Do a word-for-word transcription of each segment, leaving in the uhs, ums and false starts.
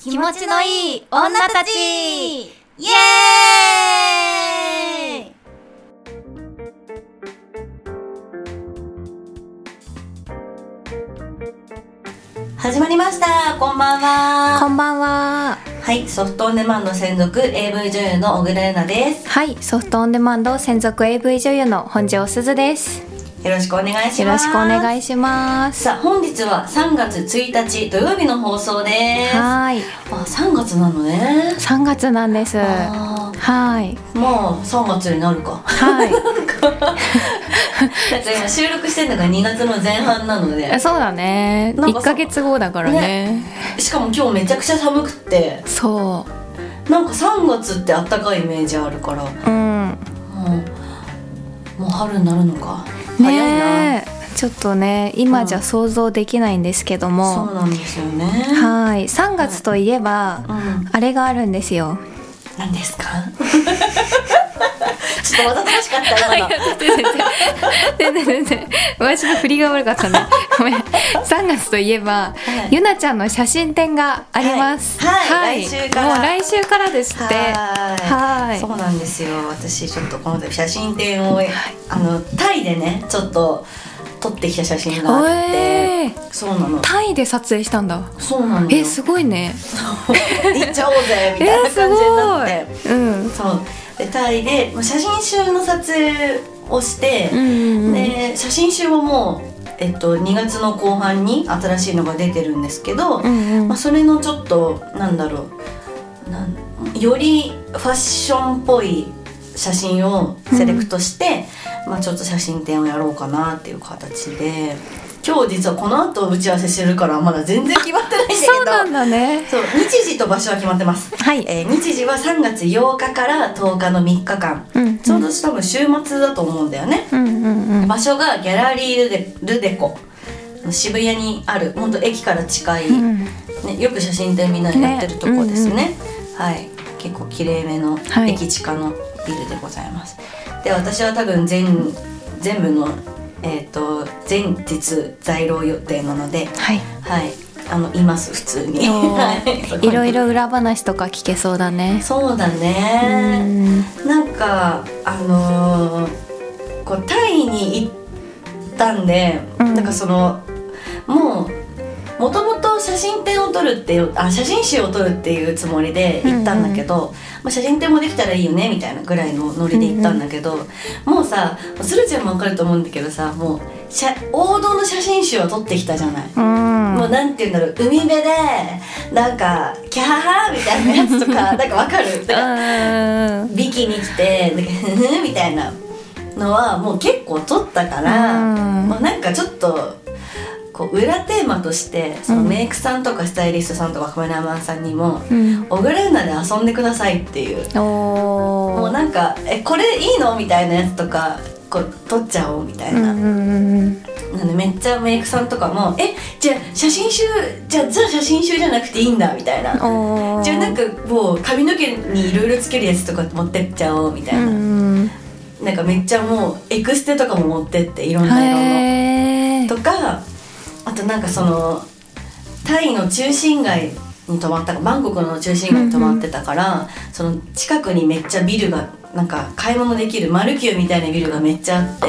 気持ちのいい女たち、イエーイ。始まりました。こんばんは。 こんばんは。 はい、ソフトオンデマンド専属 エーブイ 女優の小倉優奈です。 はい、ソフトオンデマンド専属 エーブイ 女優の本庄すずです。 よろしくお願いします。 よろしくお願いします。 さあ、本日はさんがつついたち土曜日の放送です。 はい。 あ、さんがつなのね。 さんがつなんです。 あ、 はい。 もうさんがつになるか。 はい。 なんか今収録してるのがにがつの前半なので。 そうだね。いっかげつごだから ね, ね。 しかも今日めちゃくちゃ寒くって。 そう。 なんかさんがつってあったかいイメージあるから。うん。もうもう春になるのか。早いな。 ね、ちょっとね今じゃ想像できないんですけども、 うん、そうなんですよね。 はい、さんがつといえば、うん、あれがあるんですよ。 何ですか？ちょっとわざとらしかった今の。 全然全然私の振りが悪かったね。ごめん。さんがつといえば、はい、ゆなちゃんの写真展があります。 はい、はい、来週から。 もう来週からですって。 はい、そうなんですよ。私ちょっとこの度写真展を、はい、あのタイでねちょっと撮ってきた写真があって、えー、そうなの。 タイで撮影したんだ。 そうなのよ。 え、すごいね。 行っちゃおうぜみたいな感じになって、 えー、すごい。うん。 そうでタイで写真集の撮影をして、うんうんうん、で写真集はもうえっと、にがつの後半に新しいのが出てるんですけど、うんうん、まあ、それのちょっとなんだろうなんよりファッションっぽい写真をセレクトして、うん、まあ、ちょっと写真展をやろうかなっていう形で、今日実はこの後打ち合わせしてるからまだ全然決まってないんだけど。 そうなんだね。 そう、日時と場所は決まってます。 はい、 えー、日時はさんがつようかからとおかのみっかかん、うんうん、ちょうど多分週末だと思うんだよね、うんうんうん、場所がギャラリールデ、ルデコ、渋谷にある本当駅から近い、うんね、よく写真展みんなでやってるとこですね、ね、うんうん、はい、結構きれいめの駅近のビルでございます、はい、で私は多分 全, 全部のえー、と前日在廊予定なので、はい、はい、あのいます普通に。 いろいろ裏話とか聞けそうだね。 そうだね。んなんかあのー、こうタイに行ったんで、うん、なんかそのもうもともと写真展を撮るっていうあ写真集を撮るっていうつもりで行ったんだけど、うんうん、まあ、写真展もできたらいいよねみたいなぐらいのノリで行ったんだけど、うんうん、もうさスルちゃんも分かると思うんだけどさ、もう王道の写真集を撮ってきたじゃない、うん、もうなんて言うんだろう、海辺でなんかキャハハみたいなやつとかなんか分かる、だからビキに着てなんかフフみたいなのはもう結構撮ったから、うん、もうなんかちょっとこう裏テーマとしてそのメイクさんとかスタイリストさんとかカメラマンさんにも、うん、小倉優奈で遊んでくださいっていう、おもうなんかえこれいいのみたいなやつとかこう撮っちゃおうみたいな、うんうんうん、なんでめっちゃメイクさんとかもえじゃあ写真集じゃあザ写真集じゃなくていいんだみたいな、じゃあなんかもう髪の毛にいろいろつけるやつとか持ってっちゃおうみたいな、うん、なんかめっちゃもうエクステとかも持ってっていろんな色のとか、あとなんかそのタイの中心街に泊まったバンコクの中心街に泊まってたから、うんうん、その近くにめっちゃビルがなんか買い物できるマルキューみたいなビルがめっちゃあって、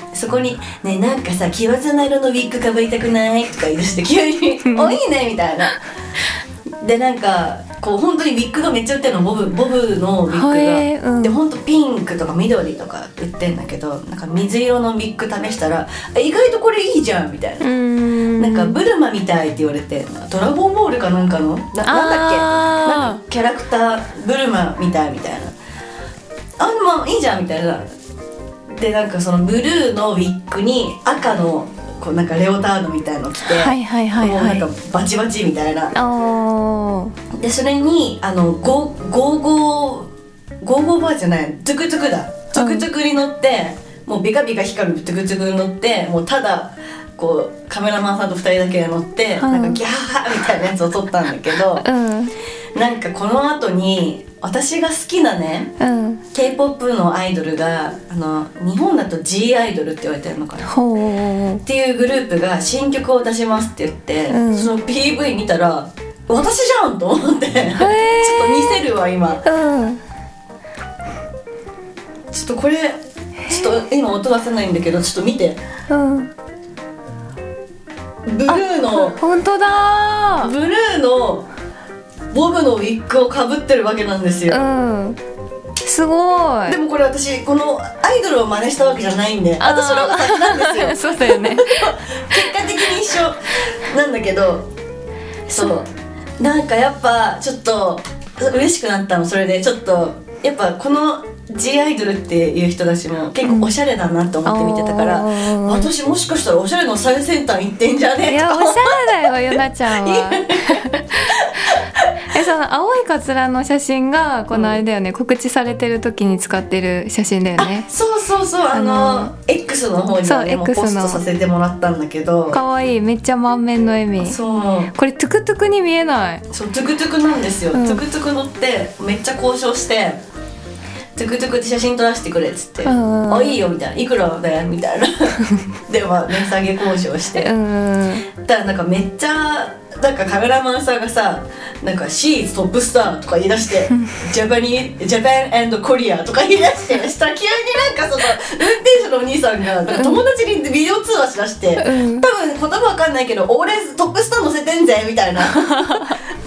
そこにねなんかさ奇抜な色のウィッグかぶりたくないとか言い出して急においいねみたいなでなんかこう本当にウィッグがめっちゃ売ってるの、ボブボブのウィッグが、はい、うん、で本当ピンクとか緑とか売ってんだけど、なんか水色のウィッグ試したら意外とこれいいじゃんみたいな、うーん、なんかブルマみたいって言われて、ドラゴンボールかなんかの な, なんだっけなんかキャラクターブルマみたいみたいな、あまあいいじゃんみたいな、でなんかそのブルーのウィッグに赤のこうなんかレオタードみたいの着て、はいはいはいはい、もうなんかバチバチみたいな、おでそれにあのゴーゴーゴーゴーゴーバーじゃないトゥクトゥクだトゥクトゥクに乗って、うん、もうビカビカ光るトゥクトゥクに乗ってもうただこうカメラマンさんとふたりだけ乗って、うん、なんかギャーみたいなやつを撮ったんだけど、うん、なんかこの後に私が好きなね、うん、K-ポップ のアイドルがあの日本だと G アイドルって言われてるのかなっていうグループが新曲を出しますって言って、うん、その ピーブイ 見たら私じゃんと思ってちょっと見せるわ今、うん、ちょっとこれちょっと今音出せないんだけどちょっと見て、うん、ブルーの本当だブルーのボブのウィッグをかぶってるわけなんですよ、うん、 すごい。 でもこれ私このアイドルを真似したわけじゃないんで私の方が先なんですよそうだよね結果的に一緒なんだけどそうなんかやっぱちょっと嬉しくなったの。それでちょっとやっぱこの G アイドルっていう人たちも結構おしゃれだなと思って見てたから、うん、私もしかしたらおしゃれの最先端行ってんじゃねえとか。 いやおしゃれだよゆなちゃんはえその青いカツラの写真がこのあれだよね、うん、告知されてる時に使ってる写真だよね。 そうそうそうあの、あの X の方にはねもうポストさせてもらったんだけどかわいいめっちゃ満面の笑み。そうこれトゥクトゥクに見えない。 そうトゥクトゥクなんですよ、うん、トゥクトゥク乗ってめっちゃ交渉してトゥクトゥクで写真撮らせてくれっつって、うん、あいいよみたいないくらだよみたいなでは値下げ交渉して、うん、だからなんかめっちゃなんかカメラマンさんがさなんか She is トップスターとか言い出してジャパニージャパン and コリアとか言い出してしたら急になんかその運転手のお兄さんがなんか友達にビデオ通話しだして、うん、多分言葉わかんないけど俺トップスター乗せてんぜみたいななんかえー、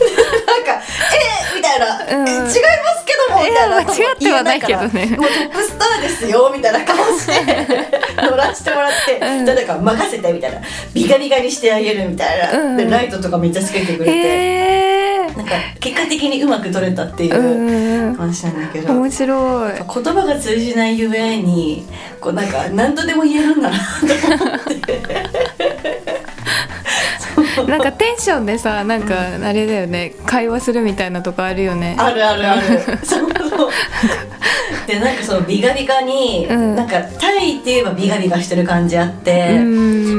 みたいな、うん、え違いますけどもみたいな間違ってはないけどねもうトップスターですよみたいな顔して乗らせてもらって、うん、誰か任せてみたいなビカビカにしてあげるみたいな、うん、でライトとかめっちゃつけてくれてなんか結果的にうまく撮れたっていう話なんだけど、 面白い。 言葉が通じないゆえにこうなんか何とでも言えるんだなと思ってなんかテンションでさなんかあれだよね、うん、会話するみたいなとこあるよね。 あるあるあるそうそうでなんかそのビガビガに、うん、なんかタイって言えばビガビガしてる感じあって、うん、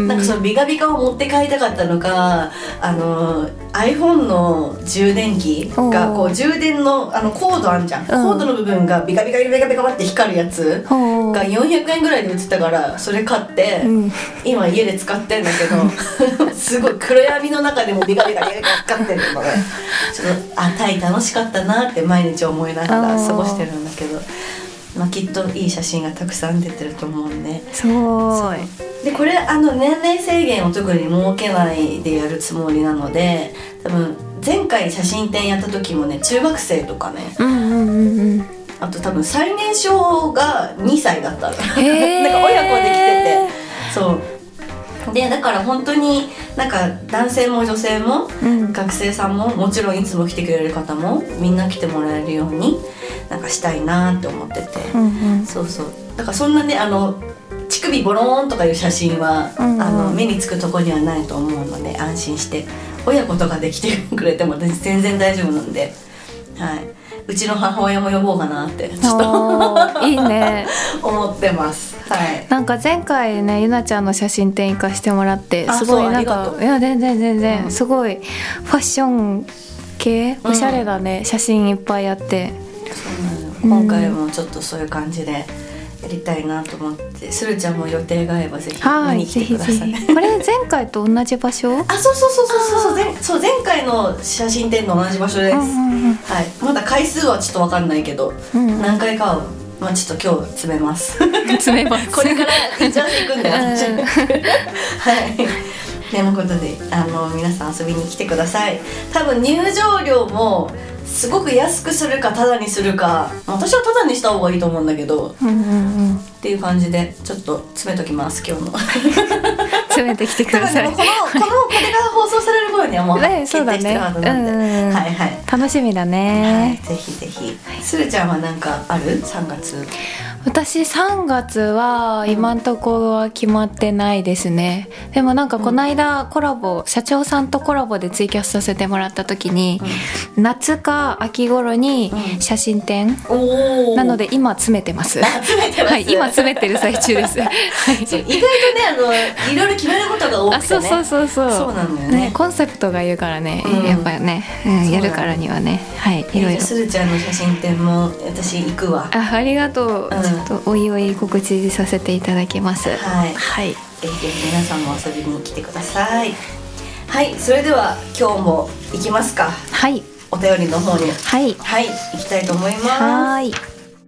なんかそのビガビガを持って帰りたかったのかあの iPhone の充電器がこう充電のあのコードあんじゃん、うん、コードの部分がビカビカビカビカって光るやつがよんひゃくえんぐらいで売ってたからそれ買って、うん、今家で使ってんだけどすごい暗闇の中でもビカビカビカビカ光ってるのでちょっとあタイ楽しかったなって毎日思いながら過ごしてるんだけど、まあ、きっといい写真がたくさん出てると思うんで。 すごい。 でこれあの年齢制限を特に設けないでやるつもりなので多分前回写真展やった時もね中学生とかね、うんうんうんうん、あと多分最年少がにさいだったのなんか親子で来ててそうでだから本当になんか男性も女性も、うん、学生さんももちろんいつも来てくれる方もみんな来てもらえるようになんかしたいなって思ってて、うんうん、そうそうだからそんなねあの乳首ボローンとかいう写真は、うんうん、あの目につくとこにはないと思うので安心して親子とかで来てくれても全然大丈夫なんで、はい、うちの母親も呼ぼうかなってちょっといいね思ってます、はい、 なんか前回ねゆなちゃんの写真展行かしてもらってすごいなんかいや全然全然、うん、すごいファッション系おしゃれだね、うん、写真いっぱいあってそうなの、今回もちょっとそういう感じでやりたいなと思ってするちゃんも予定が合えばぜひ見に来てください。 ぜひぜひこれ前回と同じ場所あそうそうそうそうそう前そう前回の写真展と同じ場所です、うんうんうん、はい、まだ回数はちょっと分かんないけど、うん、何回かは、まあ、ちょっと今日詰めます詰めますこれから行っちゃっていくんだよ私はいということであの皆さん遊びに来てください。多分入場料もすごく安くするかタダにするか私はタダにした方がいいと思うんだけど、うんうんうん、っていう感じでちょっと詰めときます今日の詰めてきてください。 このこのこれが放送される頃にはもう決定してるはずなんで、ねうん、はいはい、 楽しみだね、 はい、ぜひぜひ。するちゃんは何かあるさんがつ？ 私さんがつは今んとこは決まってないですね、うん、でもなんかこの間コラボ、うん、社長さんとコラボでツイキャスさせてもらった時に、うん、夏か秋頃に写真展、うん、なので今詰めてます詰めてます、 はい、今詰めてる最中です、はい、 意外とねあのいろいろ決めることが多くてね。あそうそうそうそうそうなんだよね、ね、 コンセプトが言うからね、うん、やっぱね、うん、やるからにはね、はい、いろいろ。 するちゃんの写真展も私行くわ。 あ、ありがとう、うん、ちょっとおいおい告知させていただきます。 はい、 はい、 ぜひぜひ皆さんも遊びに来てください。 はい、それでは今日も行きますか。 はい、 お便りの方にはいはい行きたいと思います。 はい。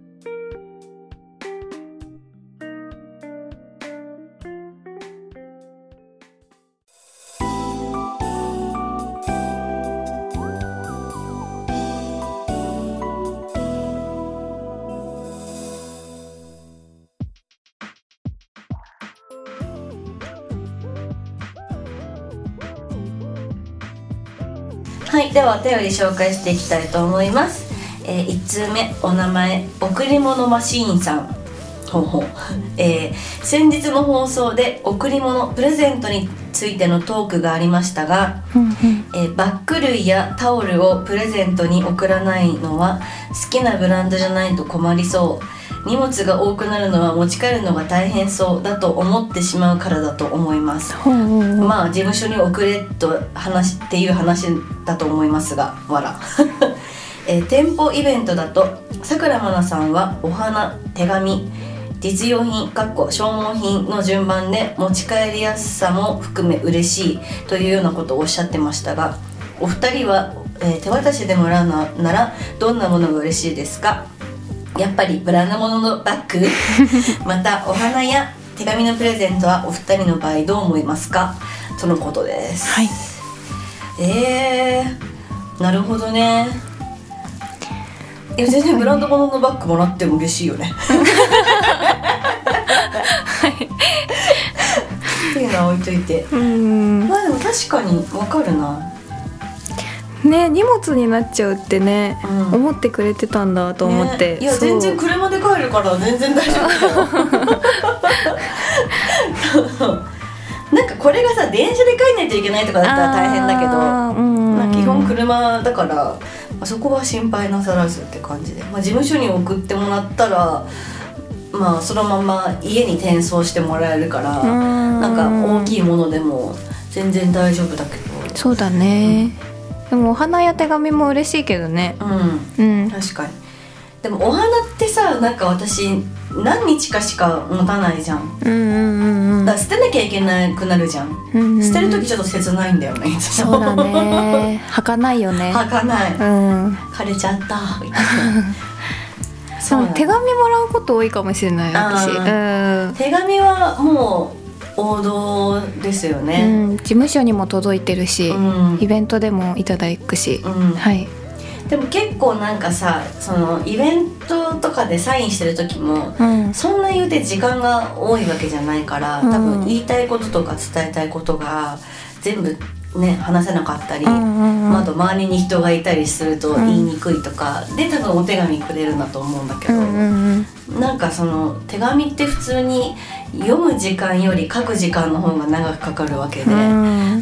はい、ではお便り紹介していきたいと思います。えー、いち通目、お名前贈り物マシーンさん。ほうほう、えー、先日の放送で贈り物プレゼントについてのトークがありましたが、 うんうん、 えー、バッグ類やタオルをプレゼントに贈らないのは好きなブランドじゃないと困りそう、荷物が多くなるのは持ち帰るのが大変そうだと思ってしまうからだと思います。 ほうほうほう、 まあ事務所に送れと話っていう話だと思いますが、わら、えー、店舗イベントだとさくらまなさんはお花、手紙、実用品（消耗品）の順番で持ち帰りやすさも含め嬉しいというようなことをおっしゃってましたが、お二人は、えー、手渡しでもらうのならどんなものが嬉しいですか？やっぱりブランド物のバッグまたお花や手紙のプレゼントはお二人の場合どう思いますか？とのことです。 はい。 えー、なるほどね。いや全然ブランド物のバッグもらっても嬉しいよねはいっていうのは置いといて、 うん、 まあでも確かに分かるなね、荷物になっちゃうってね、うん、思ってくれてたんだと思って、 ね、いや全然車で帰るから全然大丈夫だよなんかこれがさ電車で帰んないといけないとかだったら大変だけど、うんなんか基本車だから、あそこは心配なさらずって感じで、まあ、事務所に送ってもらったらまあそのまま家に転送してもらえるから、んなんか大きいものでも全然大丈夫だけど。 そうだね、うん、でもお花や手紙も嬉しいけどね。 うん、うん、確かに。でもお花ってさ、なんか私何日かしか持たないじゃん。うんうんうん、だから捨てなきゃいけなくなるじゃん、うんうんうん、捨てる時ちょっと切ないんだよね。 そうだね儚かないよね。 儚かない、うん、枯れちゃったみたいなそう手紙もらうこと多いかもしれない私、うん、 手紙はもう王道ですよね、 うん、事務所にも届いてるし、うん、イベントでもいただくし、うん、はい。 でも結構なんかさ、そのイベントとかでサインしてる時も、うん、そんな言うて時間が多いわけじゃないから、多分言いたいこととか伝えたいことが全部ね話せなかったり、うんうんうん、あと周りに人がいたりすると言いにくいとか、うん、で多分お手紙くれるんだと思うんだけど、うんうんうん、なんかその手紙って普通に読む時間より書く時間の方が長くかかるわけで、うん、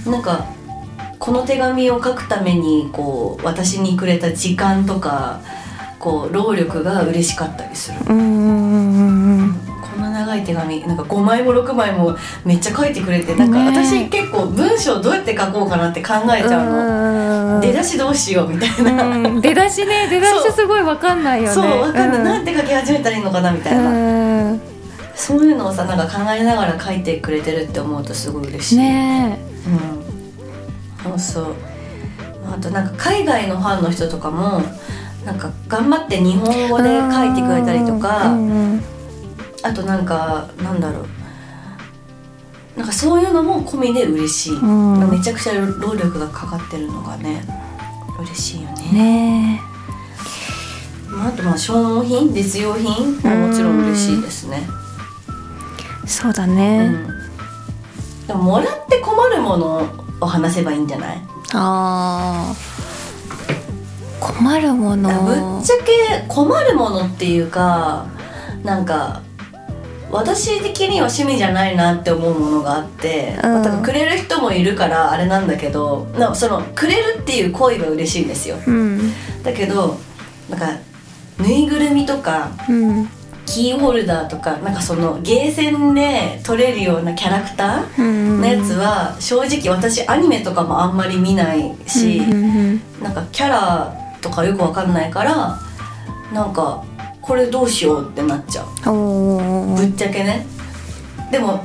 なんかこの手紙を書くためにこう私にくれた時間とかこう労力が嬉しかったりする。うんうんうん、こんな長い手紙なんかごまいもろくまいもめっちゃ書いてくれて、なんか私結構文章どうやって書こうかなって考えちゃうの。出だしどうしようみたいな、 うん、出だしね出だしすごい分かんないよね。 そう分かんない、うん、なんて書き始めたらいいのかなみたいな、うん、そういうのをさなんか考えながら書いてくれてるって思うとすごい嬉しいね。うんそうそう。あとなんか海外のファンの人とかもなんか頑張って日本語で書いてくれたりとか、うんうん、あとなんかなんだろうなんかそういうのも込みで嬉しい、うん、めちゃくちゃ労力がかかってるのがね嬉しいよね。ねまあ、あとまあ消耗品実用品ももちろん嬉しいですね。 うん、そうだね、 うん、でももらって困るものを話せばいいんじゃない？あ困るものぶっちゃけ困るものっていうかなんか私的には趣味じゃないなって思うものがあって、うん、多分くれる人もいるからあれなんだけどなそのくれるっていう行為は嬉しいですよ、うん、だけどなんかぬいぐるみとか、うんキーホルダーとかなんかそのゲーセンで取れるようなキャラクターのやつは正直私アニメとかもあんまり見ないし、なんかキャラとかよくわかんないからなんかこれどうしようってなっちゃうぶっちゃけね。でも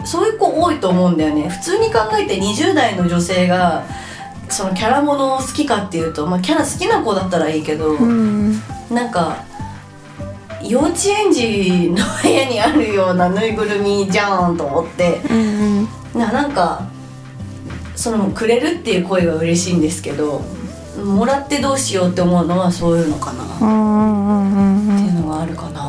そういう子多いと思うんだよね。普通に考えてにじゅう代の女性がそのキャラものを好きかっていうと、まあ、キャラ好きな子だったらいいけど、うん、なんか幼稚園児の部屋にあるようなぬいぐるみじゃんと思って、うんうん、な, なんかそのくれるっていう声は嬉しいんですけど、もらってどうしようって思うのはそういうのかな、うんうんうんうん、っていうのがあるかな。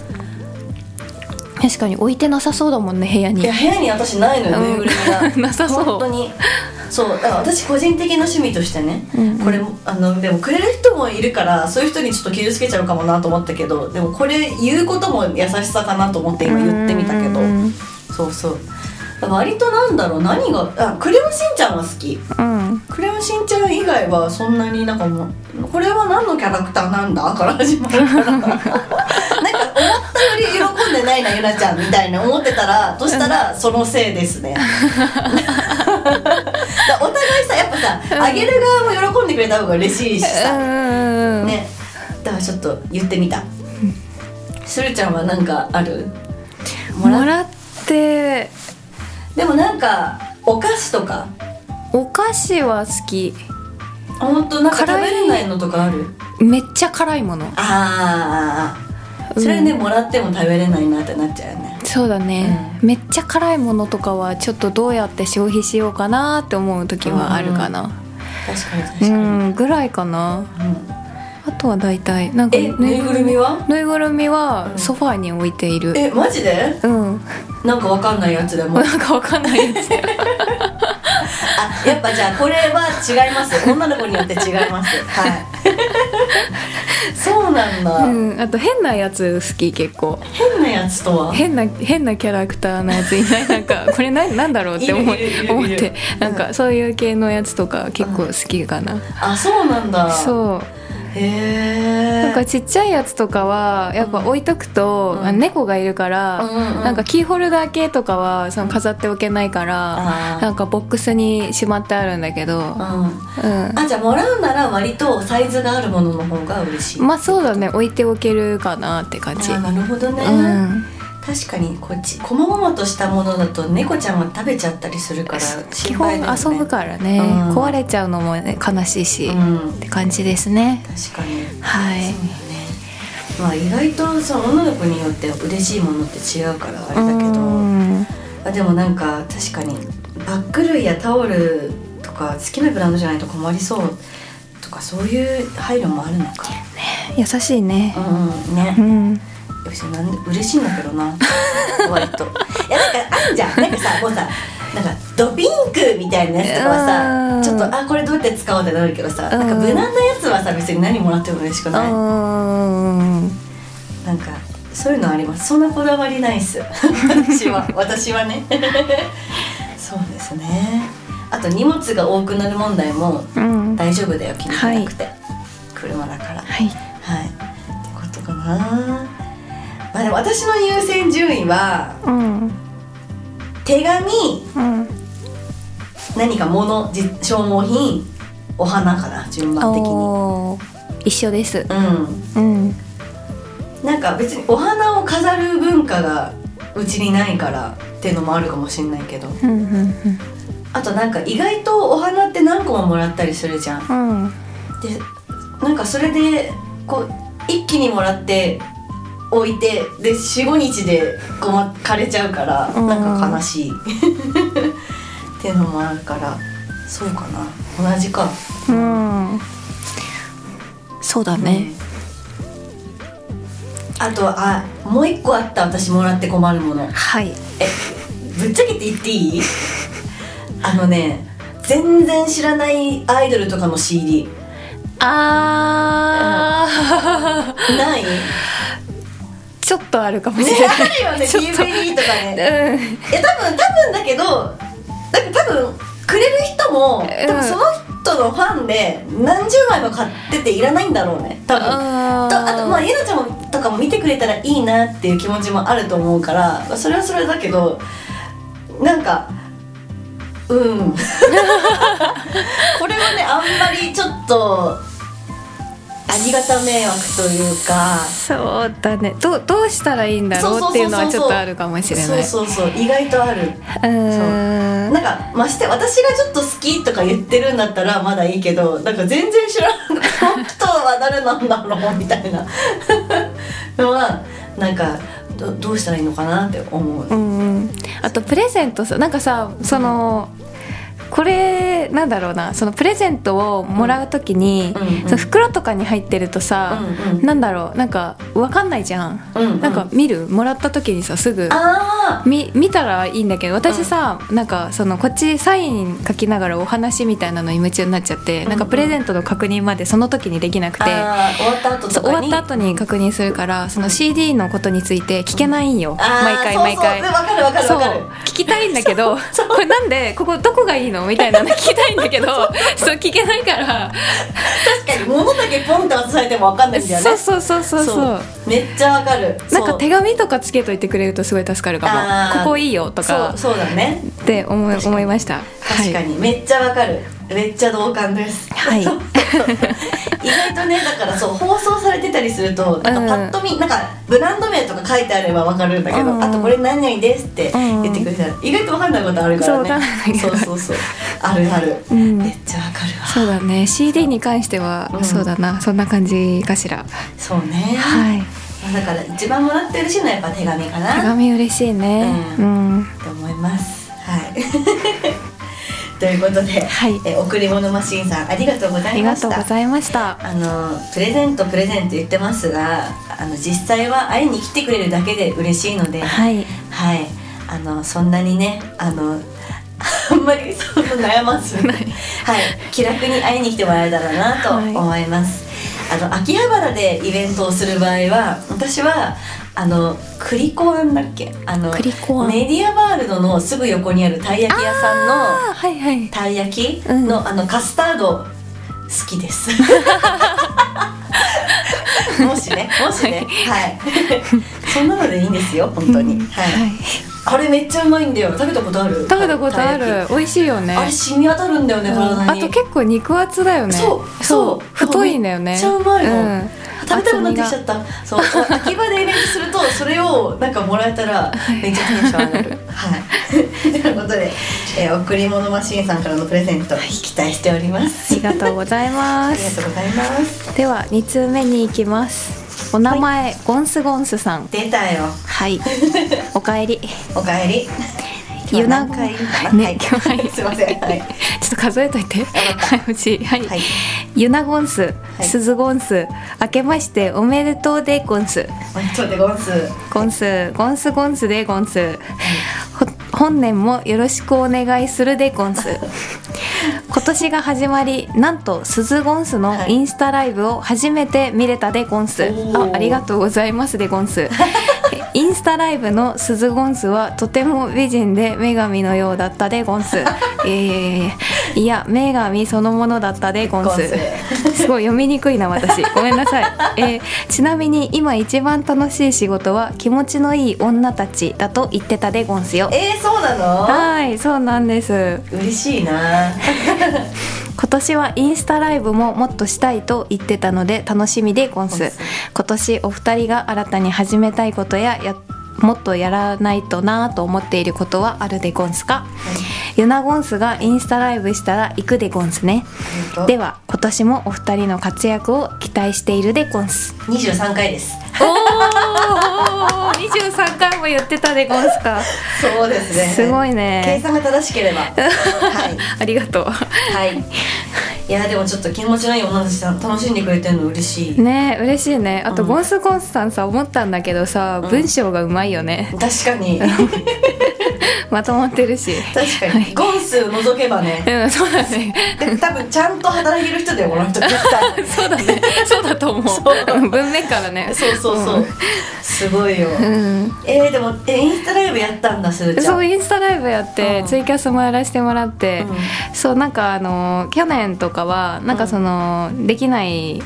確かに置いてなさそうだもんね、部屋に。 いや部屋に私ないのよ、ぬいぐるみがなさそう。 本当にそうだから私個人的な趣味としてね、うんうん、これあのでもくれる人もいるからそういう人にちょっと傷つけちゃうかもなと思ったけど、でもこれ言うことも優しさかなと思って今言ってみたけど、そうそう割となんだろう、何があクレヨンしんちゃんは好き、うん、クレヨンしんちゃん以外はそんなになんかもうこれは何のキャラクターなんだから始まるからなんか思ったより喜んでないなゆなちゃんみたいな思ってたらとしたらそのせいですねお互いさやっぱさ、あげる側も喜んでくれた方が嬉しいしさ、ね、だからちょっと言ってみた。しゅるちゃんはなんかある？ もら、もらってでもなんかお菓子とか。 お菓子は好き。 あ、ほんとなんか食べれないのとかある？ めっちゃ辛いもの。 ああ、それね、うん、もらっても食べれないなってなっちゃうよね。 そうだね、うん、めっちゃ辛いものとかはちょっとどうやって消費しようかなって思う時はあるかな、うん、 確かに確かに、うん、 ぐらいかな、うん、あとは大体なんかえぬいぐるみはぬいぐるみはソファーに置いている、 うん、えマジで？うんなんかわかんないやつでもなんかわかんないやつあやっぱじゃあこれは違います女の子によって違いますはいそうなんだ、 うん、あと変なやつ好き。結構変なやつとは変な変なキャラクターのやついない？なんかこれ何なんだろうって思思ってなんかそういう系のやつとか結構好きかな、うん、 あそうなんだ。 そうへなんかちっちゃいやつとかはやっぱ置いとくと、うん、猫がいるから、うんうん、なんかキーホルダー系とかはその飾っておけないから、うん、なんかボックスにしまってあるんだけど、うんうん、 あじゃあもらうなら割とサイズがあるものの方が嬉しい。 まあそうだね、置いておけるかなって感じ。 あなるほどね、うん確かにこっちこまごまとしたものだと猫ちゃんが食べちゃったりするから心配だよね。 基本遊ぶからね、うん、壊れちゃうのも、ね、悲しいし、うん、って感じですね。 確かにはい。 そうだね。まあ意外とその女の子によって嬉しいものって違うからあれだけど、あでもなんか確かにバッグ類やタオルとか好きなブランドじゃないと困りそうとかそういう配慮もあるのか、ね、 優しいね。 うんね、うんなんで嬉しいんだけどな割といやなんかあるじゃんなんかさもうさなんかドピンクみたいなやつとかはさちょっとあこれどうやって使おうってなるけどさなんか無難なやつはさ別に何もらっても嬉しくない。なんかそういうのあります。そんなこだわりないっす私は私はねそうですね。あと荷物が多くなる問題も大丈夫だよ、気にしなくて、はい、車だからはい、はい、ってことかな。まあ、でも私の優先順位は、うん、手紙、うん、何か物消耗品お花かな順番的に。 一緒です、 うんうん、なんか別にお花を飾る文化がうちにないからっていうのもあるかもしれないけど、うんうんうん、あとなんか意外とお花って何個ももらったりするじゃん、うん、でなんかそれでこう一気にもらって置いてで よん,ご 日でこま枯れちゃうから、うん、なんか悲しいっていうのもあるからそうかな同じか、うん、 そうだね、 うん、あとあもう一個あった。私もらって困るもの。 はいえぶっちゃけて言っていいあのね全然知らないアイドルとかの シーディーあー、 うん、ないちょっとあるかもしれない、ね、 あるよね ディーブイディー とかね、うん、え多分多分だけどなんか多分くれる人も多分その人のファンで何十枚も買ってていらないんだろうね多分。あとあとまあゆなちゃんもとかも見てくれたらいいなっていう気持ちもあると思うからそれはそれだけどなんかうんこれはねあんまりちょっとりがた迷惑というか、 そうだね、ど, どうしたらいいんだろうっていうのはちょっとあるかもしれない。 そうそうそう、意外とある。 うーん、 なんかまして私がちょっと好きとか言ってるんだったらまだいいけど、なんか全然知らんこの人は誰なんだろうみたいなのはなんか ど, どうしたらいいのかなって思う。 うんうん、あとプレゼントさ、なんかさ、その、うん、これなんだろうな、そのプレゼントをもらうときに、うんうんうん、その袋とかに入ってるとさ、うんうん、なんだろう、なんか分かんないじゃん、うんうん、なんか見る、もらったときにさすぐ見, 見たらいいんだけど、私さ、うん、なんかそのこっちサイン書きながらお話みたいなのに夢中になっちゃって、うんうん、なんかプレゼントの確認までその時にできなくて、 あ、終わった後とかに、 終わった後に確認するから、その シーディー のことについて聞けないんよ、うん、毎回毎回。 そうそう、分かる分かる分かる。 聞きたいんだけどこれなんでここどこがいいのみたいなの聞きたいんだけどそう聞けないから。 確かに物だけポンって渡されても分かんないんだよね。 そうそうそうそうそう、 めっちゃ分かる。 なんか手紙とかつけといてくれるとすごい助かるかも。ここいいよとか、 そう、そうだねって思い、思いました。 確かに、はい、めっちゃ分かる、めっちゃ同感です。はい意外とね、だからそう放送されてたりするとなんかパッと見、うん、なんかブランド名とか書いてあれば分かるんだけど、うん、あとこれ何々ですって言ってくれたら、うん、意外と分かんないことあるからね。そうそうそうそう、あるある、うん、めっちゃ分かるわ。 そうだね、 シーディー に関しては、うん、そうだな、そんな感じかしら。 そうね、はい、だから一番もらって嬉しいのはやっぱ手紙かな。 手紙嬉しいね、うん、うん、 と思います。はいということで、はい、え贈り物マシーンさんありがとうございました。 ありがとうございました。 あのプレゼントプレゼント言ってますが、あの実際は会いに来てくれるだけで嬉しいので、はい、はい、あのそんなにね、あのあんまりそんな悩まずはい、気楽に会いに来てもらえたらなと思います。はい、あの秋葉原でイベントをする場合は、私はあのクリコアンだっけ、あのメディアワールドのすぐ横にあるたい焼き屋さんの、はいはい、たい焼きの、うん、あのカスタード好きですもしねもしね、はい、はい、そんなのでいいんですよ本当に、うん、はい、はい、あれめっちゃうまいんだよ。食べたことある？ 食べたことある。美味しいよね。 あれ染み当たるんだよね、体に。 あと結構肉厚だよね。 そうそう太いんだよね。 めっちゃうまいの、うん、食べたくなってきちゃった。そう秋葉でイベントするとそれをなんかもらえたらめっちゃテンション上がるはいということで、えー、贈り物マシーンさんからのプレゼント、はい、期待しております。 ありがとうございますありがとうございます。 ではに通目に行きます。お名前、はい、ゴンスゴンスさん。 出たよ。 はいおかえり。 おかえり。 ゆなごんね、はい、今日はすいません、はい、 ちょっと数えといて。はい、うち、はい、はい、ゆなゴンス、はい、すずゴンス、明けましておめでとうでゴンス。 おめでとうでゴンス。 ゴンス、ゴンスゴンスでゴンス。はい、本年もよろしくお願いするでゴンス。今年が始まり、なんとすずゴンスのインスタライブを初めて見れたでゴンス。はい、あ、ありがとうございますでゴンス。インスタライブのすずゴンスはとても美人で女神のようだったでゴンス。えー、いや女神そのものだったでゴンス。すごい読みにくいな私、ごめんなさい。えー、ちなみに今一番楽しい仕事は気持ちのいい女たちだと言ってたでゴンスよ。 えー、そうなの？ はい、そうなんです。 嬉しいな今年はインスタライブももっとしたいと言ってたので楽しみでゴンス。今年お二人が新たに始めたいことややもっとやらないとなと思っていることはあるでゴンスか？はい、ユナゴンスがインスタライブしたら行くでゴンスね。では今年もお二人の活躍を期待しているでゴンス。 にじゅうさんかいです。 おーにじゅうさんかいも言ってたでゴンスか。 そうですね、 すごいね。 計算が正しければはい、 ありがとう。 はい、いやでもちょっと気持ちのいい女たちさん楽しんでくれてるの嬉しいね。嬉しいね。あと、うん、ゴンスゴンスさんさ思ったんだけどさ、うん、文章がうまいよね。 確かにまとまってるし。 確かに、はい、ゴンス除けばね、 うん、そうだね。 で多分ちゃんと働いてる人だよこの人絶対そうだね、そうだと思う。そう文面からね。 そうそうそう、うん、すごいよ、うん、えー、でもえインスタライブやったんだすずちゃん。 そうインスタライブやって、うん、ツイキャスもやらせてもらって、うん、そうなんかあの去年とかはなんかその、うん、できない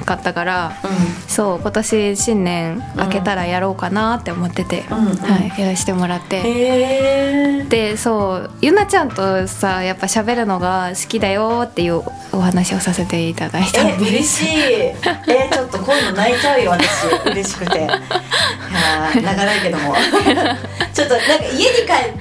かったから、 うん、 そう今年新年明けたらやろうかなって思ってて、 うんうん、 はい、やらせてもらって、 へー。 でそうゆなちゃんとさやっぱ喋るのが好きだよっていうお話をさせていただいたんです。 え嬉しい。えちょっと今度泣いちゃうよ私嬉しくて。いや泣かないけどもちょっとなんか家に帰って、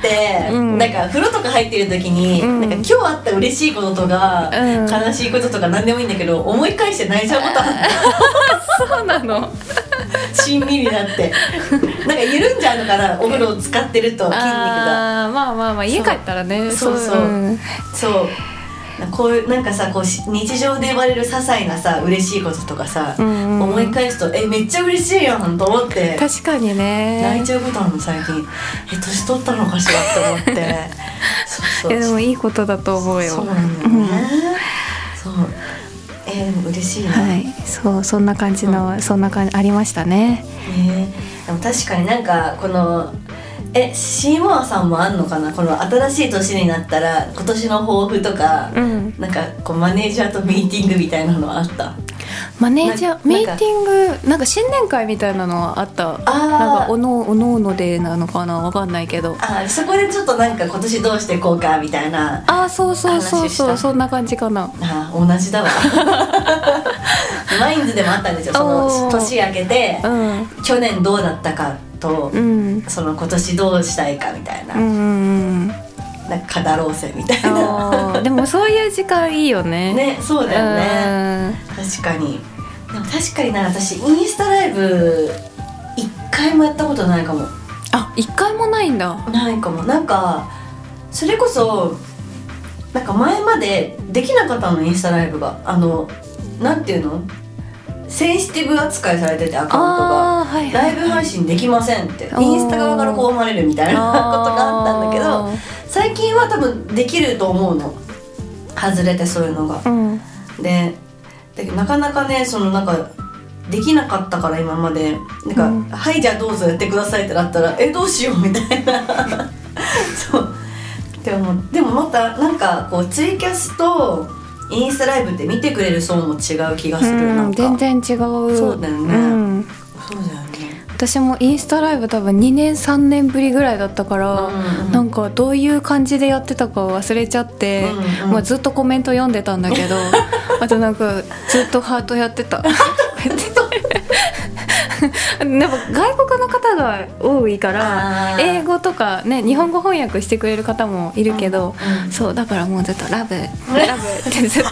うん、なんか風呂とか入ってる時に、うん、なんか今日あった嬉しいこととか、うん、悲しいこととか何でもいいんだけど思い返して泣いちゃうことあるそうなのしんみりなってなんか緩んじゃうのかなお風呂を使ってると筋肉が。 あまあまあまあ家帰ったらねそうそうそう、うん、そうこういうなんかさこう日常で生まれる些細なさ嬉しいこととかさ、うんうん、思い返すとえめっちゃ嬉しいやんと思って確かにね泣いちゃうことあるの最近え年取ったのかしらって思ってそうそういやでもいいことだと思うよ。 そうなんだよね、うん、そうえー、でも嬉しいな、 はい、そうそんな感じの、うん、そんな感じありましたね。 えー、でも確かになんかこのえシーモアさんもあんのかなこの新しい年になったら今年の抱負とか、うん、なんかこうマネージャーとミーティングみたいなのはあった？ マネージャーミーティングなんか新年会みたいなのはあった。あなんかおのおのおのでなのかなわかんないけどあそこでちょっとなんか今年どうしていこうかみたいなあそうそうそうそうそんな感じかな。 あ同じだわマインズでもあったんですよその年明けて、うん、去年どうだったかと、うん、その今年どうしたいかみたいな、うんうん、なんか語ろうせみたいなでもそういう時間いいよね。 ねそうだよね、うん、確かに。でも確かにな私インスタライブ一回もやったことないかも。 あ一回もないんだ。 ないかも。なんかそれこそなんか前までできなかったのインスタライブがあのなんていうのセンシティブ扱いされててアカウントが、はいはいはい、ライブ配信できませんってインスタ側からこう思われるみたいなことがあったんだけど最近は多分できると思うの外れてそういうのが、うん、でだけどなかなかねそのなんかできなかったから今までなんか、うん、はいじゃあどうぞやってくださいってなったらえどうしようみたいなそうでもでもまたなんかこうツイキャスとインスタライブって見てくれる層も違う気がする、うん、なんか全然違う。 そうだよね、うん、そうだよね。 私もインスタライブ多分にねんさんねんぶりぐらいだったから、うんうん、なんかどういう感じでやってたか忘れちゃって、うんうんまあ、ずっとコメント読んでたんだけどあとなんかずっとハートやってたやっぱ外国の方が多いから英語とかね日本語翻訳してくれる方もいるけど、うんうん、そうだからもうずっとラブラブってずっと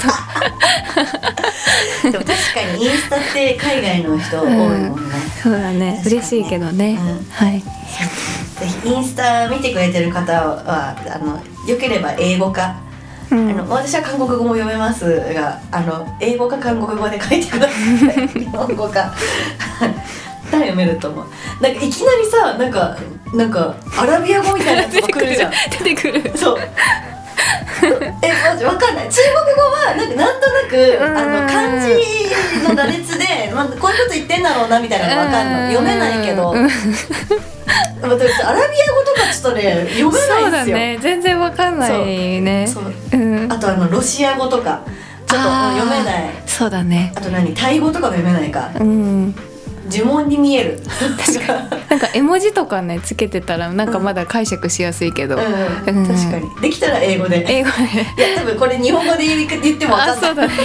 でも確かにインスタって海外の人多いもんね、うん、 そうだね嬉しいけどね、うん、はいぜひインスタ見てくれてる方はあのよければ英語かうん、あの私は韓国語も読めますがあの英語か韓国語で書いてください日本語か読めると思う。なんかいきなりさなんかなんかアラビア語みたいなやつが来るじゃん出てくるそうえマジわかんない。中国語はなんかなんとなくあの漢字の羅列で、まあ、こういうこと言ってんだろうなみたいなのわかんない読めないけどアラビア語とかちょっとね読めないんですよ。 そうだね全然わかんないね。 そうそう、うん、あとあのロシア語とかちょっと読めない。 そうだね。 あと何タイ語とかも読めないか、うん、呪文に見える確かなんか絵文字とかねつけてたらなんかまだ解釈しやすいけど、うんうんうん、確かにできたら英語で英語でいや多分これ日本語で言っても分かんない。あそうだね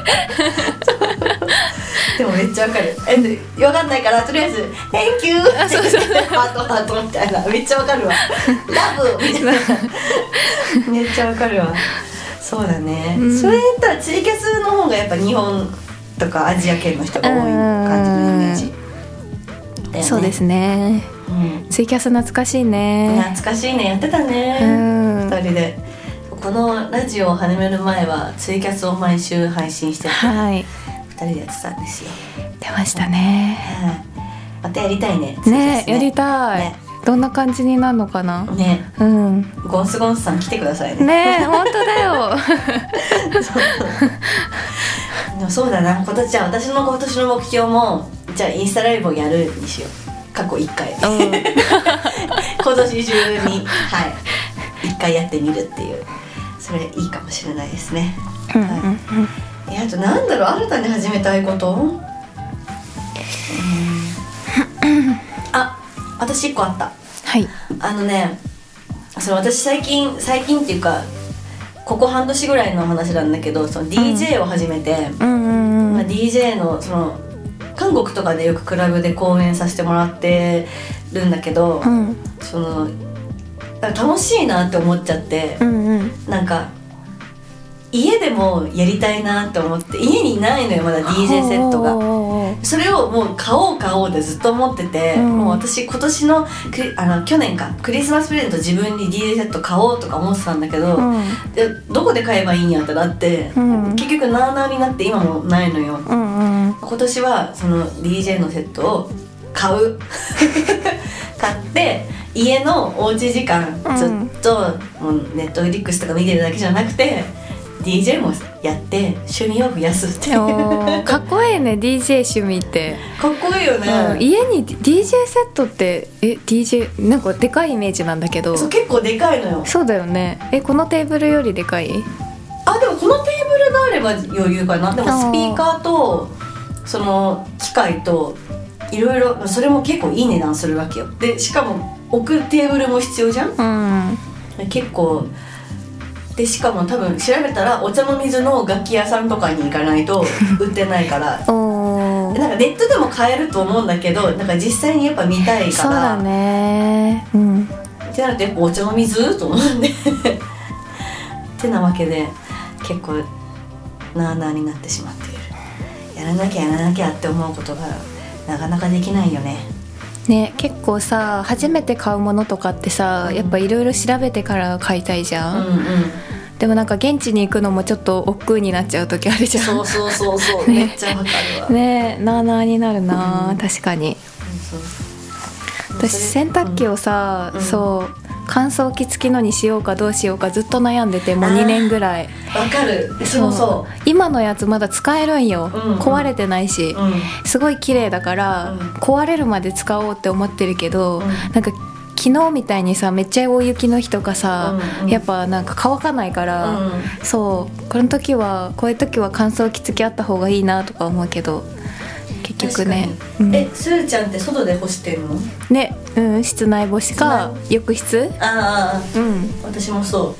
でもめっちゃわかる。えわかんないからとりあえず Thank you あそうそうハートハートみたいなめっちゃわかるわラブみたいなめっちゃわかるわ。そうだね、うん、それ言ったらツイキャスの方がやっぱ日本とかアジア圏の人が多い感じのイメージ、 ね、そうですね、うん、ツイキャス懐かしいね。 懐かしいねやってたね、うん、ふたりで。このラジオを始める前はツイキャスを毎週配信してて、はい、ふたりでやってたんですよ。 出ましたね、 うん、またやりたいね。 ねやりたい、ね、どんな感じになるのかなね、うん、ゴンスゴンスさん来てくださいね。 ね本当だよそうでもそうだな今年じゃあ私の今年の目標もじゃあインスタライブをやるにしよう。過去いっかい、うん、今年中にはいいっかいやってみるっていうそれいいかもしれないですね、うんうんうん、 えあとなんだろう、新たに始めたいこと、うん、あ、私いっこあった。 はい。 あのね、その私最近最近っていうかここ半年ぐらいの話なんだけど、その ディージェー を始めて、うんうんうんまあ、ディージェー のその韓国とかでよくクラブで公演させてもらってるんだけど、うん、その楽しいなって思っちゃって、うんうん、なんか家でもやりたいなって思って、家にいないのよまだ ディージェー セットが。それをもう買おう買おうってずっと思ってて、うん、もう私今年のクあの去年かクリスマスプレゼント自分に ディージェー セット買おうとか思ってたんだけど、うん、でどこで買えばいいんやってなって、うん、結局なあなあになって今もないのよ、うんうん、今年はその ディージェー のセットを買う買って家のおうち時間ずっと、もうネットフリックスとか見てるだけじゃなくてディージェー もやって趣味を増やすっていうかっこいいね ディージェー 趣味ってかっこいいよね、 うん、家に ディージェー セットってえ ディージェー なんかでかいイメージなんだけど。 そう結構でかいのよ。 そうだよね。えこのテーブルよりでかい？ あでもこのテーブルがあれば余裕かな。でもスピーカーとその機械といろいろそれも結構いい値段するわけよ。でしかも置くテーブルも必要じゃん、うん、結構でしかも多分調べたらお茶の水の楽器屋さんとかに行かないと売ってないからおなんかネットでも買えると思うんだけど、なんか実際にやっぱ見たいからそうだね、うん、 ってなるとやっぱお茶の水と思うんでってなわけで結構なあなあになってしまっている。やらなきゃやらなきゃって思うことがなかなかできないよね。 ね、結構さ初めて買うものとかってさ、うん、やっぱいろいろ調べてから買いたいじゃん、うんうん、でもなんか現地に行くのもちょっと億劫になっちゃう時あるじゃん。 そうそうそうそう、ね、めっちゃわかるわねえなあなあになるな、うん、確かに、うん、私洗濯機をさ、うん、そう乾燥機付きのにしようかどうしようかずっと悩んでてもうにねんぐらい。 わかる。そうそう今のやつまだ使えるんよ、うんうん、壊れてないし、うん、すごい綺麗だから、うん、壊れるまで使おうって思ってるけど、うん、なんか昨日みたいにさめっちゃ大雪の日とかさ、うんうん、やっぱなんか乾かないから、うん、そうこの時はこういう時は乾燥機付きあった方がいいなとか思うけど結局ね、 うん、えスーちゃんって外で干してるのね、うん、室内干しか浴室。 ああ、うん、私もそう。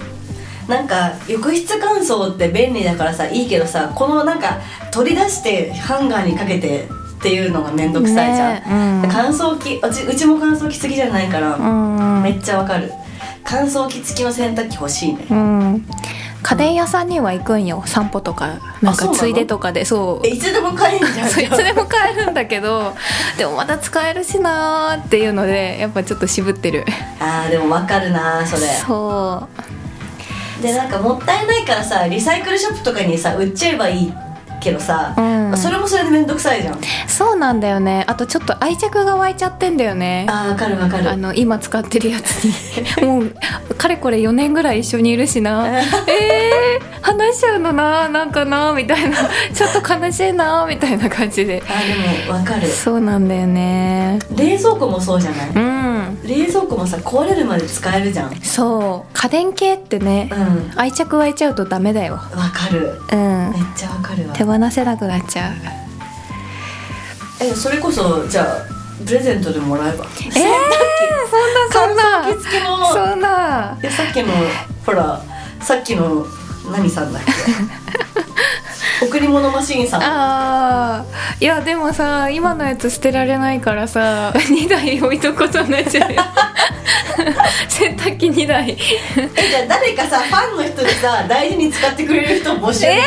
なんか浴室乾燥って便利だからさいいけどさ、このなんか取り出してハンガーにかけてっていうのがめんどくさいじゃん、ねうん、乾燥機うち、うちも乾燥機付きじゃないから、うん、めっちゃわかる。乾燥機付きの洗濯機欲しいね、うん家電屋さんには行くんよ、散歩とかなんかついでとかで。そういつでも買えるじゃんそういつでも買えるんだけどでもまだ使えるしなーっていうのでやっぱちょっと渋ってる。 あーでも分かるなそれ。 そうでなんかもったいないからさリサイクルショップとかにさ売っちゃえばいいけどさ、うん、それもそれでめんどくさいじゃん。 そうなんだよね。あとちょっと愛着が湧いちゃってんだよね。 あーわかるわかる。 あの今使ってるやつにもうかれこれよねんぐらい一緒にいるしなえー話しちゃうのななんかなみたいなちょっと悲しいなみたいな感じで。 あーでもわかる。 そうなんだよね。 冷蔵庫もそうじゃない、 うん、 冷蔵庫もさ壊れるまで使えるじゃん。 そう家電系ってね、うん、愛着湧いちゃうとダメだよ。 わかる、うん、めっちゃわかるわ。 手放せなくなっちゃう。 えそれこそじゃあプレゼントでもらえば。えー、 そんなそんな乾燥機付きのそんな。 いやさっきのほらさっきの何さんだっけ贈り物マシーンさん。 あーいやでもさ今のやつ捨てられないからさにだい置いとくことになっちゃうよ洗濯機にだいえじゃあ誰かさファンの人でさ大事に使ってくれる人募集え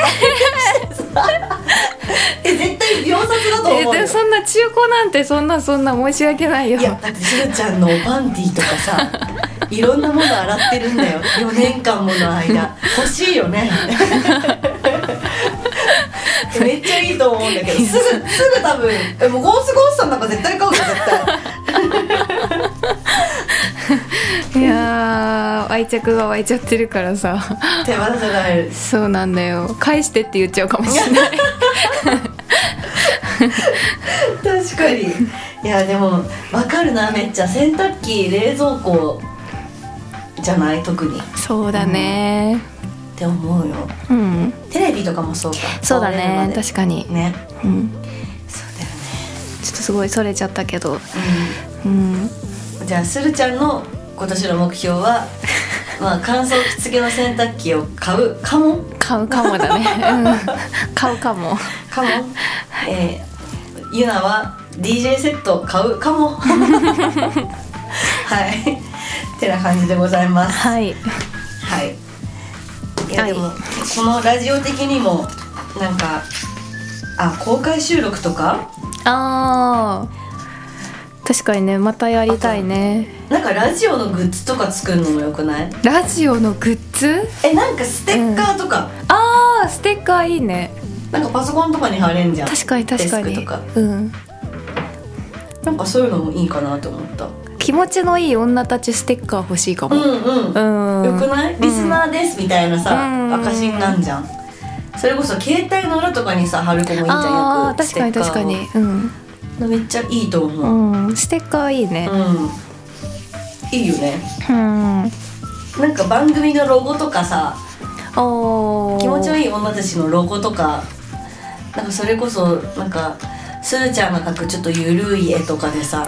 え絶対秒殺だと思うよ。 えでそんな中古なんてそんなそんな申し訳ないよ。 いやだってしずちゃんのパンティーとかさいろんなもの洗ってるんだよよねんかんもの間欲しいよねめっちゃいいと思うんだけどすぐすぐ多分えもうゴースゴースさんなんか絶対買うよ絶対いや愛着が湧いちゃってるからさ手放せない。 そうなんだよ。返してって言っちゃうかもしれない確かに。いやでも分かるなめっちゃ。洗濯機冷蔵庫じゃない特に。 そうだね、 って思うよ、 うん、 テレビとかもそうか。 そうだね、確かにね、 うん、 そうだよね。 ちょっとすごいそれちゃったけど、うんうん、じゃあするちゃんの今年の目標はまあ乾燥機付きの洗濯機を買うかも買うかもだね、うん、買うかもかも、えー、ゆなは ディージェー セット買うかもはいってな感じでございます。 はいはい。いやでも、はい、このラジオ的にもなんかあ公開収録とかあ確かにね、またやりたいね。 なんかラジオのグッズとか作るのもよくない？ ラジオのグッズ？ え、なんかステッカーとか、 うん、あーステッカーいいね。 なんかパソコンとかに貼れんじゃん。 確かに確かに。 デスクとか、 うん、 なんかそういうのもいいかなと思った。 気持ちのいい女たちステッカー欲しいかも。 うんうん、うん、よくない？リスナーですみたいなさ、 うん、 証になんじゃん。それこそ携帯の裏とかにさ貼る子もいいんじゃん。よく確かに確かに、うん、 めっちゃいいと思う、うん、ステッカーいいね、 うん、いいよね、 うん、 なんか番組のロゴとかさ、 お気持ちのいい女たちのロゴとか、なんかそれこそなんかするちゃんが描くちょっとゆるい絵とかでさ、うん、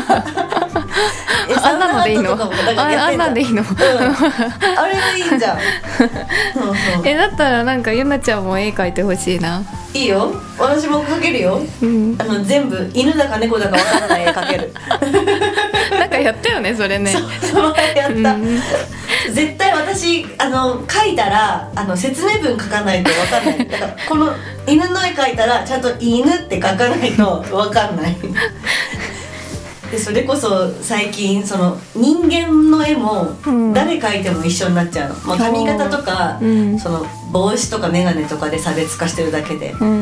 あんなのでいいの？あんなんでいいの？うん、 あれがいいんじゃんえ、だったらなんかゆなちゃんも絵描いてほしいな。 いいよ、私も描けるよ、うん、あの全部犬だか猫だか分からない絵描けるなんかやったよねそれね。 そうそうやった、うん、絶対私あの描いたらあの説明文書かないと分かんないだからこの犬の絵描いたらちゃんと犬って書かないと分かんないでそれこそ最近その人間の絵も誰描いても一緒になっちゃうの、まあ、髪型とか、うん、その帽子とか眼鏡とかで差別化してるだけで、うん、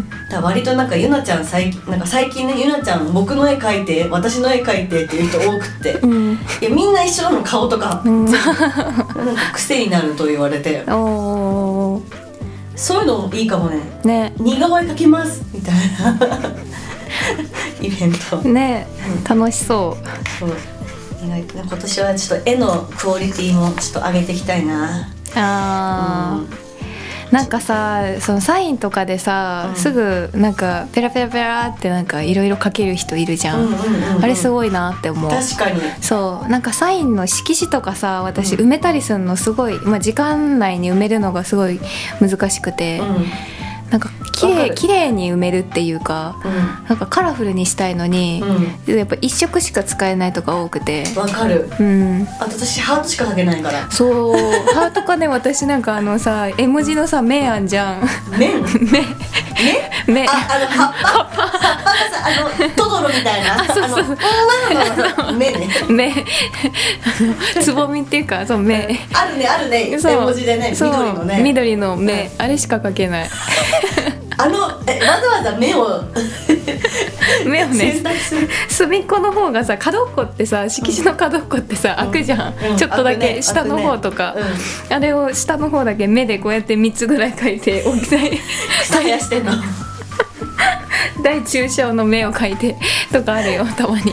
だから割となんかゆなちゃん最近なんか最近ね、ゆなちゃん僕の絵描いて私の絵描いてっていう人多くって、うん、いやみんな一緒なの顔とか、うん、なんか癖になると言われておそういうのもいいかもね。ね、似顔絵描きますみたいなイベントね、うん、楽しそう。 そう今年はちょっと絵のクオリティもちょっと上げていきたいなあ、 うん、なんかさそのサインとかでさ、うん、すぐなんかペラペラペラってなんかいろいろ描ける人いるじゃん、うんうんうんうん、あれすごいなって思う。 確かにそうなんかサインの色紙とかさ私埋めたりするのすごい、まあ、時間内に埋めるのがすごい難しくて、うんなんか綺麗綺麗に埋めるっていうか、うん、なんかカラフルにしたいのに、うん、やっぱ一色しか使えないとか多くてわかる、うん、あと私ハートしか描けないからそうハートかね私なんかあのさ絵文字のさ目あんじゃん目目目目ああの葉っぱ葉っぱがさあのトドロみたいなあそうそうそうあの目ね目つぼみっていうかそう目あるねあるね絵文字でね緑のね緑の目、うん、あれしか描けないあのえわざわざ目を目をね隅っこの方がさ角っこってさ色紙の角っこってさ、うん、開くじゃん、うん、ちょっとだけ、ね、下の方とか、ねうん、あれを下の方だけ目でこうやってみっつぐらい描いて大きさ草生やしてんの大中小の目を描いてとかあるよたまに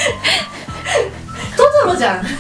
トトロじゃん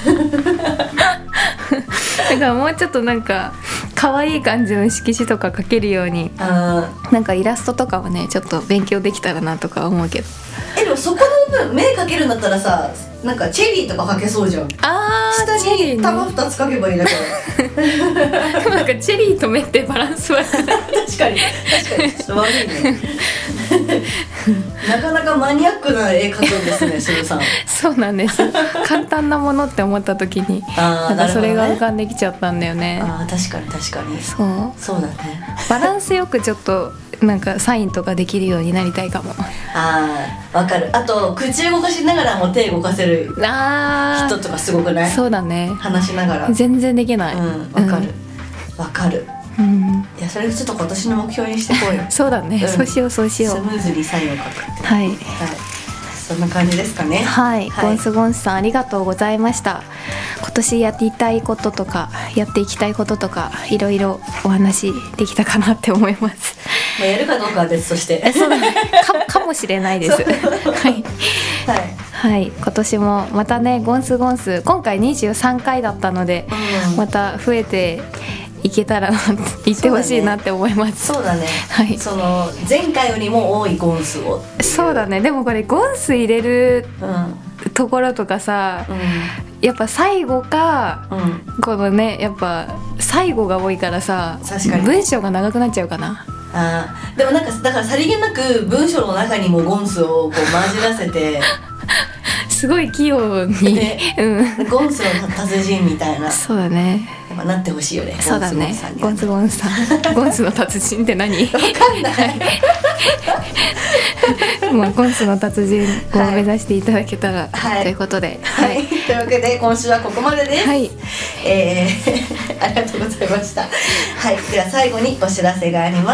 だからもうちょっとなんか可愛い感じの色紙とか描けるようにあなんかイラストとかをねちょっと勉強できたらなとか思うけどえでもそこの分目描けるんだったらさなんかチェリーとか描けそうじゃん。あ下に玉ふたつ描けばいいだけでもなんかチェリーと目ってバランス悪くない確かに確かにちょっと悪いねなかなかマニアックな絵描くんですねすずさんそうなんです簡単なものって思った時になんかそれが浮かんできちゃったんだよね。 あ確かに確かにそうそうだねバランスよくちょっとなんかサインとかできるようになりたいかも。 あーわかる。あと口動かしながらも手動かせる人とかすごくない？ そうだね話しながら全然できない。 うんわかるわ、うん、かる、うん、いやそれちょっと今年の目標にしてこうよそうだね、うん、そうしようそうしようスムーズにサインを書くはい、はい、 そんな感じですかね。 はい、はい、ゴンスゴンスさんありがとうございました。今年やっていたいこととかやっていきたいこととかいろいろお話できたかなって思います。 まあ、やるかどうかは別としてそうだ、ね、か, かもしれないですはい、はいはい、今年もまたねゴンスゴンス今回にじゅうさんかいだったので、うん、また増えていけたらな言ってほしいなって思います。 そうだね、 はい、 その前回よりも多いゴンスを。 そうだね。でもこれゴンス入れるところとかさ、うん、やっぱ最後か、うん、このねやっぱ最後が多いからさ、確かに文章が長くなっちゃうかな。 あでもなんかだからさりげなく文章の中にもゴンスをこう混じらせてすごい器用に、 ねうん、ゴンスの達人みたいな。 そうだね、 やっぱなってほしいよね。 そうだね、ゴンスゴンスさんゴンスの達人って何わかんないまあゴンスの達人を目指していただけたら、はい、ということで、 はいはい、というわけで今週はここまでです、はいえー、ありがとうございました。はい、では最後にお知らせがあります。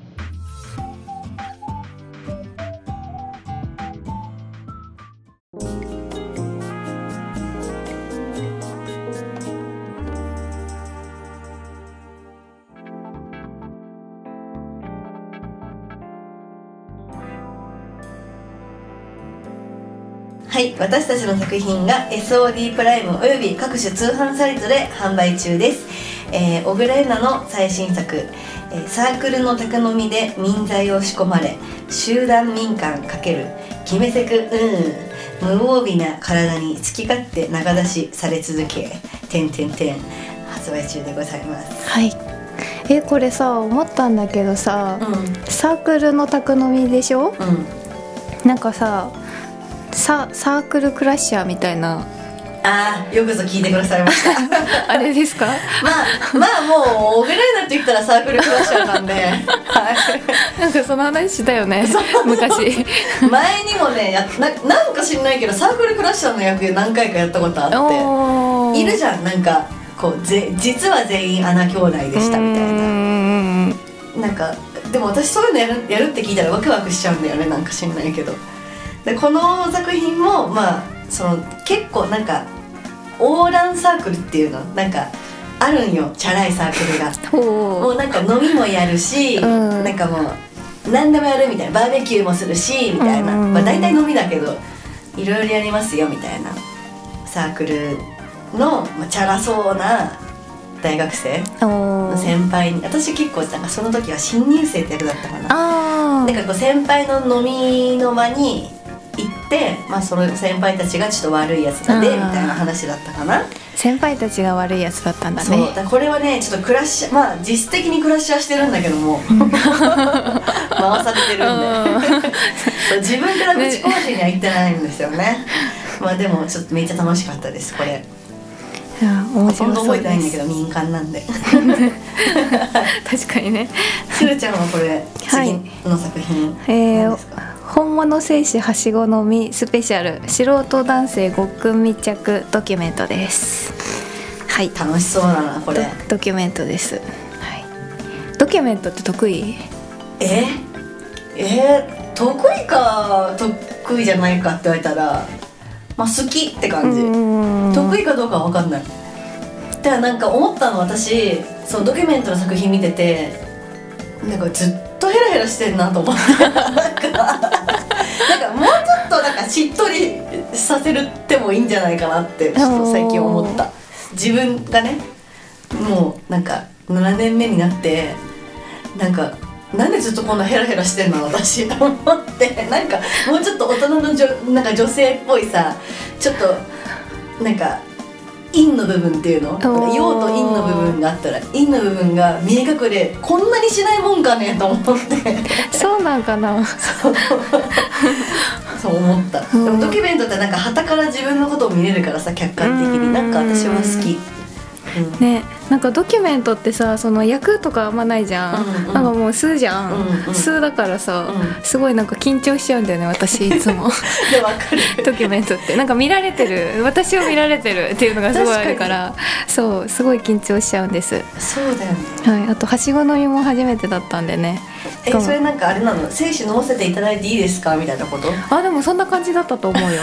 はい、私たちの作品が エスオーディー プライムおよび各種通販サイトで販売中です。えー、小倉優奈の最新作、えー、サークルの宅飲みで民財を仕込まれ集団民間かける決めせくうん無防備な体に好き勝手長出しされ続け点点点発売中でございます。 はい。えこれさ思ったんだけどさ、うん、サークルの宅飲みでしょ、うん、なんかさサ, サークルクラッシャーみたいな。 あーよくぞ聞いてくださいましたあれですか。 まあまあもう小倉優奈って言ったらサークルクラッシャーなんで、はい、 なんかその話したよね昔前にもねや な, なんか知んないけどサークルクラッシャーの役何回かやったことあっているじゃん。なんかこうぜ実は全員穴兄弟でしたみたいな。なんかでも私そういうのや る, やるって聞いたらワクワクしちゃうんだよね。なんか知んないけど。でこの作品もまあその結構なんか横断サークルっていうのなんかあるんよ。チャラいサークルがもうなんか飲みもやるし、うん、なんかもう何でもやるみたいなバーベキューもするしみたいな、うんうんまあ、大体飲みだけどいろいろやりますよみたいなサークルの、まあ、チャラそうな大学生の先輩に私結構なんかその時は新入生って役だったかな。あなんかこう先輩の飲みの場に行って、まあ、その先輩たちがちょっと悪いやつだねみたいな話だったかな。 先輩たちが悪いやつだったんだね。 そうだこれはねちょっとクラッシャーまあ実質的にクラッシャーしてるんだけども回されてるんで自分からぶち壊しには行ってないんですよねまあでもちょっとめっちゃ楽しかったですこれ。 いや面白そうです。ほとんど覚えてないんだけど民間なんで確かにね。 しるちゃんはこれ次の作品何ですか。 えー本物戦士はしご飲みスペシャル素人男性ごっくん密着ドキュメントです。はい。 楽しそうだなこれ。 ド, ドキュメントです。はい。ドキュメントって得意？ え？えー、得意か得意じゃないかって言われたら、まあ好きって感じ。得意かどうかは分かんない。ではなんか思ったの私そのドキュメントの作品見ててなんかずっとヘラヘラしてんなと思ってなんかなんかもうちょっとなんかしっとりさせるってもいいんじゃないかなってちょっと最近思った。自分がねもうなんかななねんめになってなんかなんでずっとこんなヘラヘラしてんの私と思ってなんかもうちょっと大人のじょなんか女性っぽいさちょっとなんか陰の部分っていうの陽と陰の部分があったら陰の部分が見え隠れこんなにしないもんかねと思ってそうなんかなそうそう思った。でもドキュメントってなんか傍から自分のことを見れるからさ客観的になんか私は好き、 うん、ねなんかドキュメントってさその役とかあんまないじゃん、うんうん、なんかもう数じゃん、うんうん、数だからさ、うん、すごいなんか緊張しちゃうんだよね私いつもでわかるドキュメントってなんか見られてる私を見られてるっていうのがすごいあるからそうすごい緊張しちゃうんです。 そうだよね、はい、あとはしご飲みも初めてだったんでね。 えそれなんかあれなの精子飲ませていただいていいですかみたいなこと。 あでもそんな感じだったと思うよ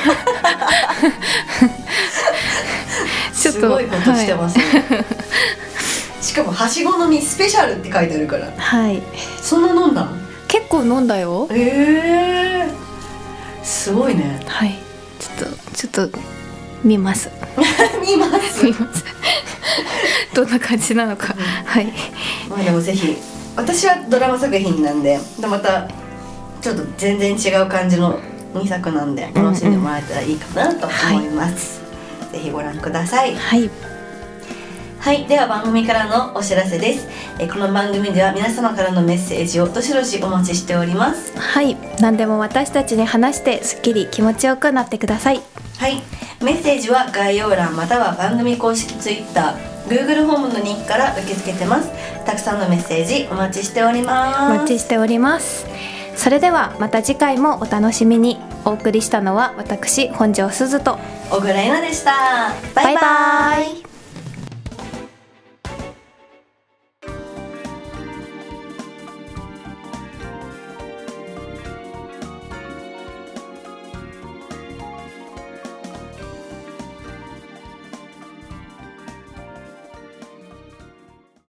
ちょっとすごいことしてますね、はい、しかもはしご飲みスペシャルって書いてあるから。 はいそんな飲んだの。 結構飲んだよ。 えー、すごいね。 はいちょっとちょっと見ます見ます見ますどんな感じなのか、うん、はい。 まあでもぜひ、私はドラマ作品なんで、でまたちょっと全然違う感じのにさくなんで楽しんでもらえたらいいかなと思います、うんうん、ぜひご覧ください。 はいはい、では番組からのお知らせです。えこの番組では皆様からのメッセージをどしどしお待ちしております。 はい、何でも私たちに話してすっきり気持ちよくなってください。 はい、メッセージは概要欄または番組公式 Twitter、Google ホームのリンクから受け付けてます。たくさんのメッセージお待ちしております。 お待ちしております。それではまた次回もお楽しみに。お送りしたのは私本庄すずと小倉優奈でした。バイバイ。 バイバイ。